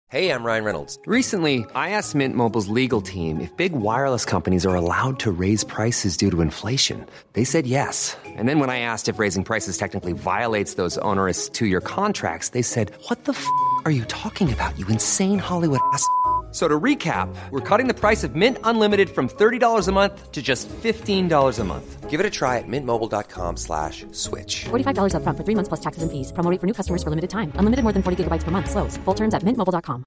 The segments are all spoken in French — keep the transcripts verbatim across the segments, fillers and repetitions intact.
Hey, I'm Ryan Reynolds. Recently, I asked Mint Mobile's legal team if big wireless companies are allowed to raise prices due to inflation. They said yes. And then when I asked if raising prices technically violates those onerous two-year contracts, they said, what the f*** are you talking about, you insane Hollywood ass f- So to recap, we're cutting the price of Mint Unlimited from thirty dollars a month to just fifteen dollars a month. Give it a try at mintmobile.com slash switch. forty-five dollars up front for three months plus taxes and fees. Promo rate for new customers for limited time. Unlimited more than forty gigabytes per month. Slows full terms at mint mobile dot com.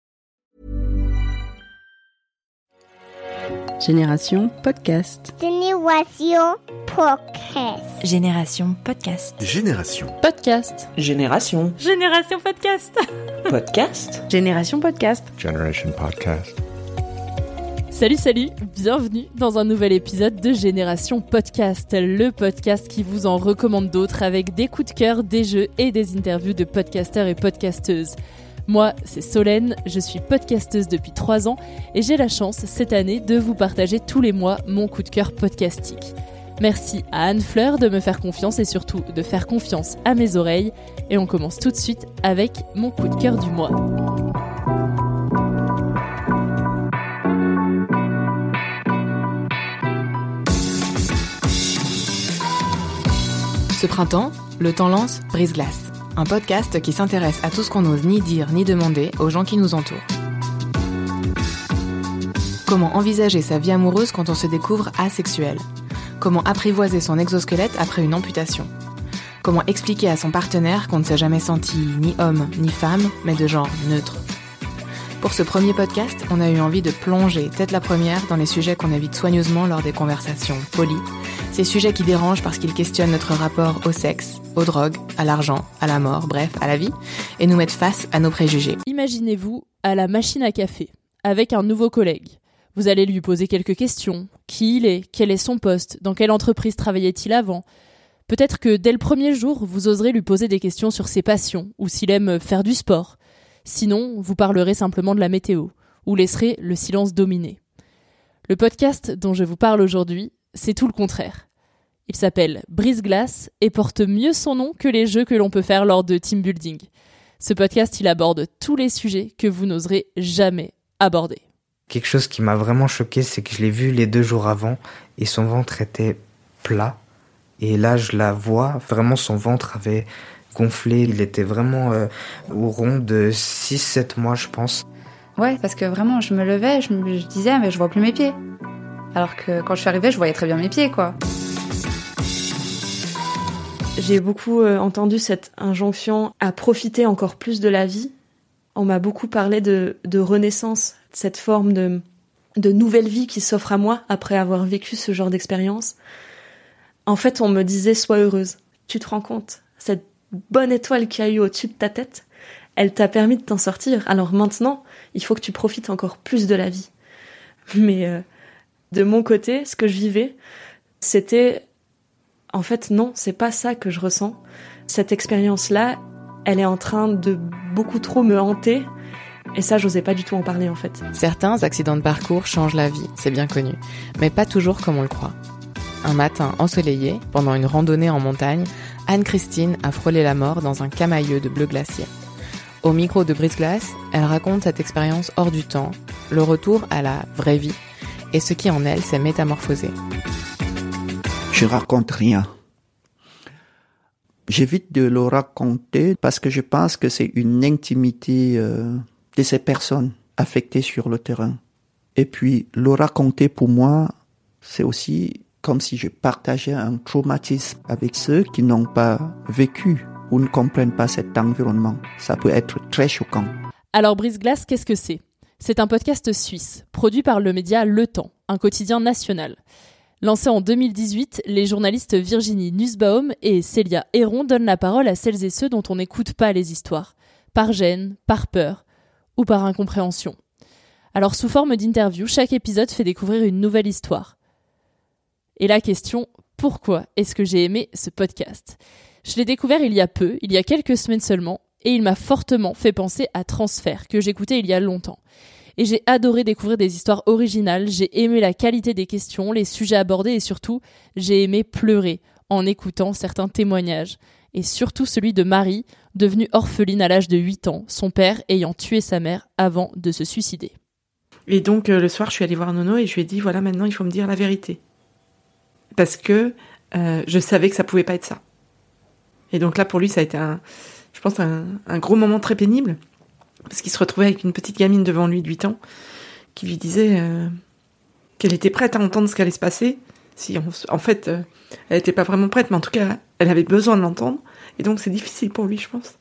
Génération Podcast. Génération Podcast. Génération Podcast. Génération Podcast. Génération. Génération Podcast. Podcast. Génération Podcast. Generation Podcast. Salut, salut, bienvenue dans un nouvel épisode de Génération Podcast, le podcast qui vous en recommande d'autres avec des coups de cœur, des jeux et des interviews de podcasteurs et podcasteuses. Moi, c'est Solène, je suis podcasteuse depuis trois ans et j'ai la chance cette année de vous partager tous les mois mon coup de cœur podcastique. Merci à Anne Fleur de me faire confiance et surtout de faire confiance à mes oreilles. Et on commence tout de suite avec mon coup de cœur du mois. Ce printemps, le temps lance Brise-Glace, un podcast qui s'intéresse à tout ce qu'on n'ose ni dire ni demander aux gens qui nous entourent. Comment envisager sa vie amoureuse quand on se découvre asexuel ? Comment apprivoiser son exosquelette après une amputation ? Comment expliquer à son partenaire qu'on ne s'est jamais senti ni homme ni femme, mais de genre neutre ? Pour ce premier podcast, on a eu envie de plonger tête la première dans les sujets qu'on évite soigneusement lors des conversations polies. Ces sujets qui dérangent parce qu'ils questionnent notre rapport au sexe, aux drogues, à l'argent, à la mort, bref, à la vie, et nous mettent face à nos préjugés. Imaginez-vous à la machine à café, avec un nouveau collègue. Vous allez lui poser quelques questions. Qui il est ? Quel est son poste ? Dans quelle entreprise travaillait-il avant ? Peut-être que dès le premier jour, vous oserez lui poser des questions sur ses passions, ou s'il aime faire du sport. Sinon, vous parlerez simplement de la météo, ou laisserez le silence dominer. Le podcast dont je vous parle aujourd'hui, c'est tout le contraire. Il s'appelle Brise-Glace et porte mieux son nom que les jeux que l'on peut faire lors de team building. Ce podcast, il aborde tous les sujets que vous n'oserez jamais aborder. Quelque chose qui m'a vraiment choqué, c'est que je l'ai vu les deux jours avant et son ventre était plat. Et là, je la vois, vraiment son ventre avait gonflé. Il était vraiment euh, au rond de six sept mois, je pense. Ouais, parce que vraiment, je me levais, je me je disais, mais je vois plus mes pieds. Alors que quand je suis arrivée, je voyais très bien mes pieds, quoi. J'ai beaucoup euh, entendu cette injonction à profiter encore plus de la vie. On m'a beaucoup parlé de, de renaissance, cette forme de, de nouvelle vie qui s'offre à moi après avoir vécu ce genre d'expérience. En fait, on me disait « sois heureuse ». Tu te rends compte, cette bonne étoile qu'il y a eu au-dessus de ta tête, elle t'a permis de t'en sortir. Alors maintenant, il faut que tu profites encore plus de la vie. Mais euh, de mon côté, ce que je vivais, c'était... En fait, non, c'est pas ça que je ressens. Cette expérience-là, elle est en train de beaucoup trop me hanter. Et ça, j'osais pas du tout en parler, en fait. Certains accidents de parcours changent la vie, c'est bien connu. Mais pas toujours comme on le croit. Un matin ensoleillé, pendant une randonnée en montagne, Anne-Christine a frôlé la mort dans un camailleux de bleu glacier. Au micro de Brise-Glace, elle raconte cette expérience hors du temps, le retour à la vraie vie, et ce qui en elle s'est métamorphosé. Je raconte rien. J'évite de le raconter parce que je pense que c'est une intimité euh, de ces personnes affectées sur le terrain. Et puis, le raconter pour moi, c'est aussi comme si je partageais un traumatisme avec ceux qui n'ont pas vécu ou ne comprennent pas cet environnement. Ça peut être très choquant. Alors Brise-Glace, qu'est-ce que c'est ? C'est un podcast suisse, produit par le média Le Temps, un quotidien national. Lancé en deux mille dix-huit, les journalistes Virginie Nussbaum et Célia Héron donnent la parole à celles et ceux dont on n'écoute pas les histoires, par gêne, par peur ou par incompréhension. Alors sous forme d'interview, chaque épisode fait découvrir une nouvelle histoire. Et la question, pourquoi est-ce que j'ai aimé ce podcast ? Je l'ai découvert il y a peu, il y a quelques semaines seulement, et il m'a fortement fait penser à Transfert, que j'écoutais il y a longtemps. Et j'ai adoré découvrir des histoires originales, j'ai aimé la qualité des questions, les sujets abordés et surtout, j'ai aimé pleurer en écoutant certains témoignages. et surtout celui de Marie, devenue orpheline à l'âge de huit ans, son père ayant tué sa mère avant de se suicider. Et donc euh, le soir, je suis allée voir Nono et je lui ai dit, voilà, maintenant il faut me dire la vérité. Parce que euh, je savais que ça pouvait pas être ça. Et donc là, pour lui, ça a été, un, je pense, un, un gros moment très pénible, parce qu'il se retrouvait avec une petite gamine devant lui de huit ans, qui lui disait euh, qu'elle était prête à entendre ce qui allait se passer. Si on, en fait, euh, elle n'était pas vraiment prête, mais en tout cas, elle avait besoin de l'entendre. Et donc, c'est difficile pour lui, je pense.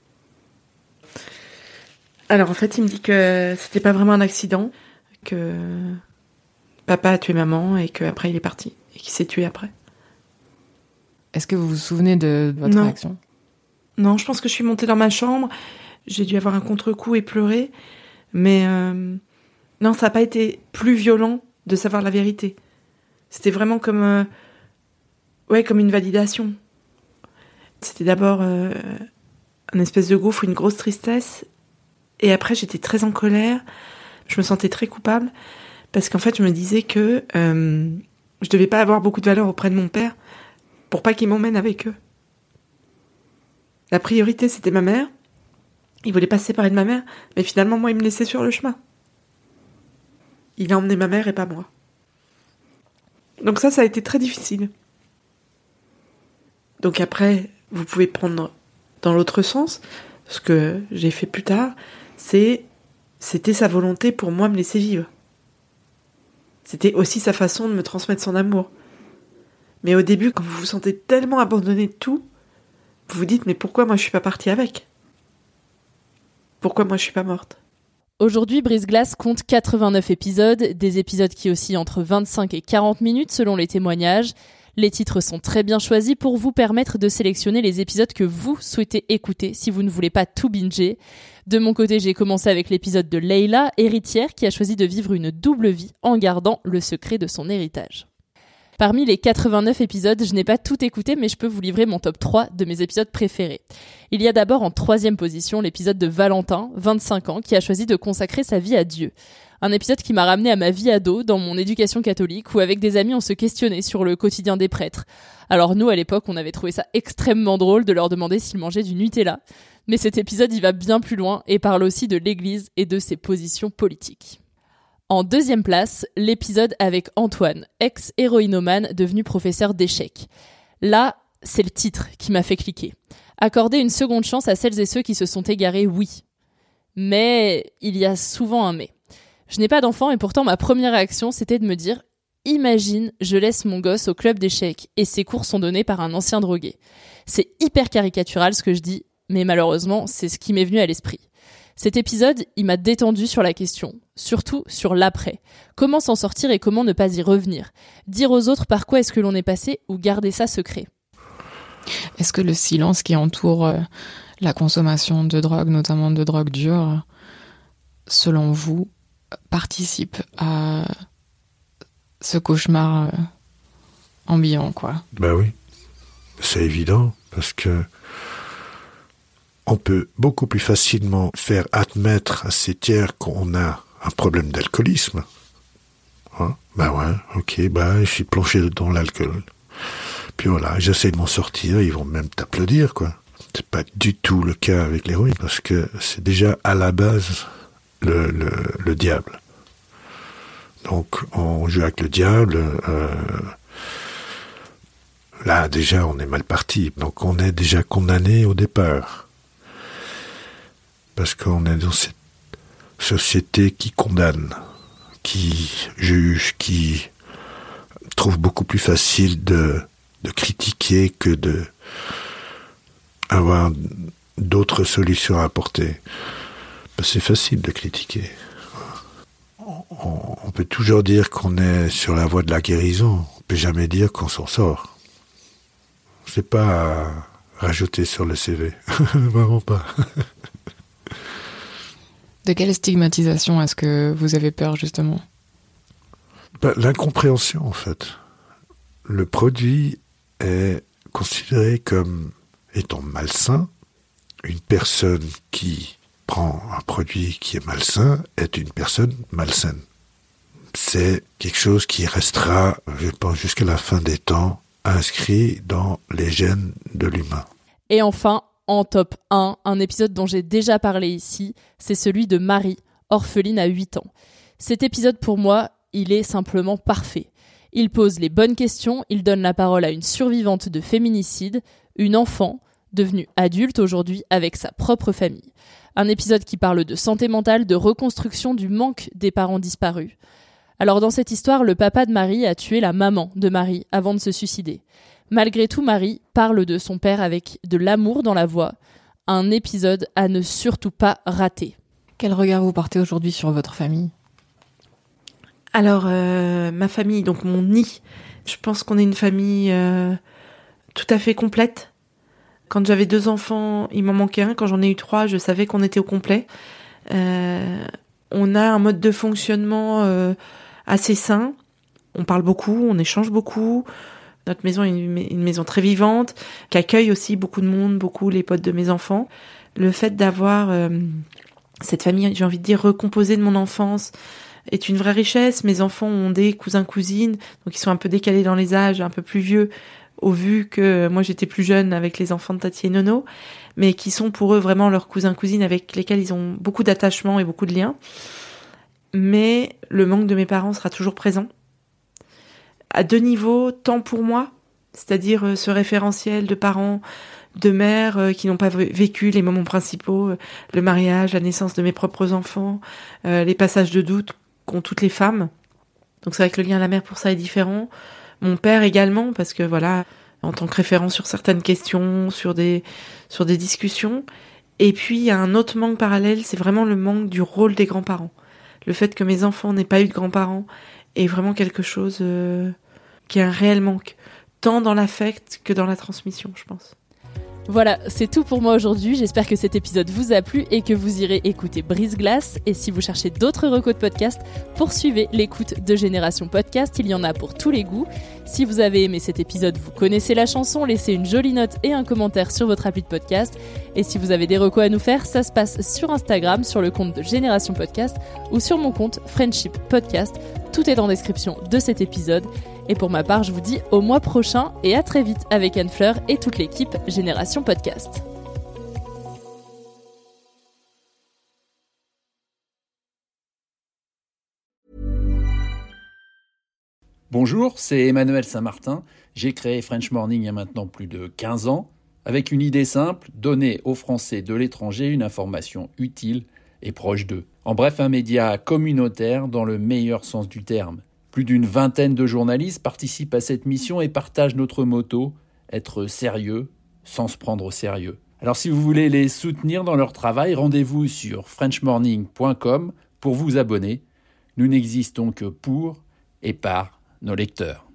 Alors, en fait, il me dit que c'était pas vraiment un accident, que papa a tué maman et qu'après, il est parti. Et qu'il s'est tué après. Est-ce que vous vous souvenez de votre non. réaction ? Non, je pense que je suis montée dans ma chambre. J'ai dû avoir un contre-coup et pleurer. Mais euh, non, ça n'a pas été plus violent de savoir la vérité. C'était vraiment comme, euh, ouais, comme une validation. C'était d'abord euh, un espèce de gouffre, une grosse tristesse. Et après, j'étais très en colère. Je me sentais très coupable. Parce qu'en fait, je me disais que euh, je devais pas avoir beaucoup de valeur auprès de mon père pour pas qu'il m'emmène avec eux. La priorité, c'était ma mère. Il voulait pas se séparer de ma mère. Mais finalement, moi, il me laissait sur le chemin. Il a emmené ma mère et pas moi. Donc ça, ça a été très difficile. Donc après, vous pouvez prendre dans l'autre sens. Ce que j'ai fait plus tard, c'est, c'était sa volonté pour moi de me laisser vivre. C'était aussi sa façon de me transmettre son amour. Mais au début, quand vous vous sentez tellement abandonné de tout, vous vous dites, mais pourquoi moi je suis pas partie avec ? Pourquoi moi je suis pas morte ? Aujourd'hui, Brise-Glace compte quatre-vingt-neuf épisodes, des épisodes qui oscillent entre vingt-cinq et quarante minutes selon les témoignages. Les titres sont très bien choisis pour vous permettre de sélectionner les épisodes que vous souhaitez écouter si vous ne voulez pas tout binger. De mon côté, j'ai commencé avec l'épisode de Leila, héritière, qui a choisi de vivre une double vie en gardant le secret de son héritage. Parmi les quatre-vingt-neuf épisodes, je n'ai pas tout écouté, mais je peux vous livrer mon top trois de mes épisodes préférés. Il y a d'abord en troisième position l'épisode de Valentin, vingt-cinq ans, qui a choisi de consacrer sa vie à Dieu. Un épisode qui m'a ramené à ma vie ado, dans mon éducation catholique, où avec des amis on se questionnait sur le quotidien des prêtres. Alors nous, à l'époque, on avait trouvé ça extrêmement drôle de leur demander s'ils mangeaient du Nutella. Mais cet épisode, il va bien plus loin et parle aussi de l'Église et de ses positions politiques. En deuxième place, l'épisode avec Antoine, ex-héroïnomane devenu professeur d'échecs. Là, c'est le titre qui m'a fait cliquer. Accorder une seconde chance à celles et ceux qui se sont égarés, oui. Mais il y a souvent un mais. Je n'ai pas d'enfant et pourtant ma première réaction, c'était de me dire « Imagine, je laisse mon gosse au club d'échecs et ses cours sont donnés par un ancien drogué. » C'est hyper caricatural ce que je dis, mais malheureusement, c'est ce qui m'est venu à l'esprit. Cet épisode, il m'a détendu sur la question, surtout sur l'après. Comment s'en sortir et comment ne pas y revenir ? Dire aux autres par quoi est-ce que l'on est passé ou garder ça secret ? Est-ce que le silence qui entoure euh, la consommation de drogue, notamment de drogue dure, selon vous, participe à ce cauchemar euh, ambiant, quoi ? Ben oui, c'est évident, parce que on peut beaucoup plus facilement faire admettre à ces tiers qu'on a un problème d'alcoolisme. Hein? Ben ouais, ok, ben je suis plongé dans l'alcool. Puis voilà, j'essaie de m'en sortir, ils vont même t'applaudir, quoi. C'est pas du tout le cas avec l'héroïne, parce que c'est déjà à la base le, le, le diable. Donc on joue avec le diable, euh, là déjà on est mal parti, donc on est déjà condamné au départ. Parce qu'on est dans cette société qui condamne, qui juge, qui trouve beaucoup plus facile de, de critiquer que de avoir d'autres solutions à apporter. Ben, c'est facile de critiquer. On, on peut toujours dire qu'on est sur la voie de la guérison. On peut jamais dire qu'on s'en sort. C'est pas à rajouter sur le C V. Vraiment pas. De quelle stigmatisation est-ce que vous avez peur, justement ? Ben, l'incompréhension, en fait. Le produit est considéré comme étant malsain. Une personne qui prend un produit qui est malsain est une personne malsaine. C'est quelque chose qui restera, je pense, jusqu'à la fin des temps, inscrit dans les gènes de l'humain. Et enfin, en top un, un épisode dont j'ai déjà parlé ici, c'est celui de Marie, orpheline à huit ans. Cet épisode pour moi, il est simplement parfait. Il pose les bonnes questions, il donne la parole à une survivante de féminicide, une enfant, devenue adulte aujourd'hui avec sa propre famille. Un épisode qui parle de santé mentale, de reconstruction du manque des parents disparus. Alors dans cette histoire, le papa de Marie a tué la maman de Marie avant de se suicider. Malgré tout, Marie parle de son père avec de l'amour dans la voix. Un épisode à ne surtout pas rater. Quel regard vous portez aujourd'hui sur votre famille ? Alors, euh, ma famille, donc mon nid, je pense qu'on est une famille euh, tout à fait complète. Quand j'avais deux enfants, il m'en manquait un. Quand j'en ai eu trois, je savais qu'on était au complet. Euh, on a un mode de fonctionnement euh, assez sain. On parle beaucoup, on échange beaucoup. Notre maison est une, une maison très vivante, qui accueille aussi beaucoup de monde, beaucoup les potes de mes enfants. Le fait d'avoir euh, cette famille, j'ai envie de dire, recomposée de mon enfance, est une vraie richesse. Mes enfants ont des cousins-cousines, donc ils sont un peu décalés dans les âges, un peu plus vieux, au vu que moi j'étais plus jeune avec les enfants de Tati et Nono, mais qui sont pour eux vraiment leurs cousins-cousines avec lesquels ils ont beaucoup d'attachement et beaucoup de liens. Mais le manque de mes parents sera toujours présent. À deux niveaux, tant pour moi, c'est-à-dire ce référentiel de parents, de mères euh, qui n'ont pas vécu les moments principaux, euh, le mariage, la naissance de mes propres enfants, euh, les passages de doute qu'ont toutes les femmes. Donc c'est vrai que le lien à la mère pour ça est différent. Mon père également, parce que voilà, en tant que référent sur certaines questions, sur des, sur des discussions. Et puis il y a un autre manque parallèle, c'est vraiment le manque du rôle des grands-parents. Le fait que mes enfants n'aient pas eu de grands-parents est vraiment quelque chose euh, qui est un réel manque, tant dans l'affect que dans la transmission, je pense. Voilà, c'est tout pour moi aujourd'hui. J'espère que cet épisode vous a plu et que vous irez écouter Brise-Glace. Et si vous cherchez d'autres recos de podcast, poursuivez l'écoute de Génération Podcast. Il y en a pour tous les goûts. Si vous avez aimé cet épisode, vous connaissez la chanson, laissez une jolie note et un commentaire sur votre appli de podcast. Et si vous avez des recos à nous faire, ça se passe sur Instagram, sur le compte de Génération Podcast ou sur mon compte Friendship Podcast. Tout est en description de cet épisode. Et pour ma part, je vous dis au mois prochain et à très vite avec Anne Fleur et toute l'équipe Génération Podcast. Bonjour, c'est Emmanuel Saint-Martin. J'ai créé French Morning il y a maintenant plus de quinze ans, avec une idée simple, donner aux Français de l'étranger une information utile et proche d'eux. En bref, un média communautaire dans le meilleur sens du terme. Plus d'une vingtaine de journalistes participent à cette mission et partagent notre motto, être sérieux sans se prendre au sérieux. Alors si vous voulez les soutenir dans leur travail, rendez-vous sur french morning point com pour vous abonner. Nous n'existons que pour et par nos lecteurs.